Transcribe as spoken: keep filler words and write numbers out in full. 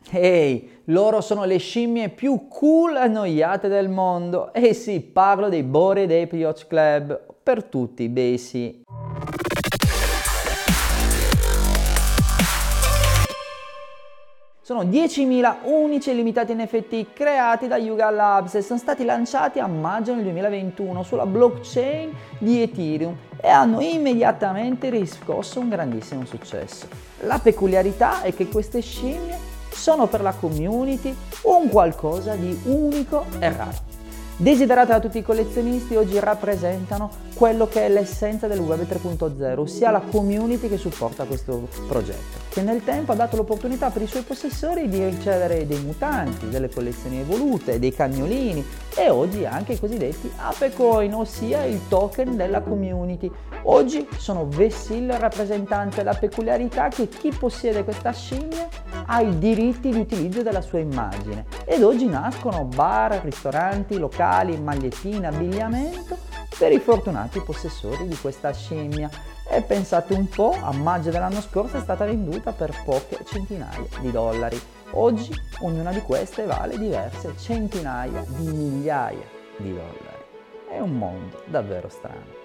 Ehi, loro sono le scimmie più cool e annoiate del mondo. E sì, parlo dei Bored Ape Yacht Club, per tutti, beh sì. Sono diecimila unici e limitati N F T creati da Yuga Labs e sono stati lanciati a maggio del duemilaventuno sulla blockchain di Ethereum e hanno immediatamente riscosso un grandissimo successo. La peculiarità è che queste scimmie sono per la community un qualcosa di unico e raro. Desiderate da tutti i collezionisti, oggi rappresentano quello che è l'essenza del web tre punto zero, ossia la community che supporta questo progetto, che nel tempo ha dato l'opportunità per i suoi possessori di ricevere dei mutanti, delle collezioni evolute, dei cagnolini e oggi anche i cosiddetti Apecoin, ossia il token della community. Oggi sono vessil rappresentante la peculiarità che chi possiede questa scimmia ha i diritti di utilizzo della sua immagine ed oggi nascono bar, ristoranti, locali, magliettine, abbigliamento per i fortunati possessori di questa scimmia. E pensate un po', a maggio dell'anno scorso è stata venduta per poche centinaia di dollari. Oggi ognuna di queste vale diverse centinaia di migliaia di dollari. È un mondo davvero strano.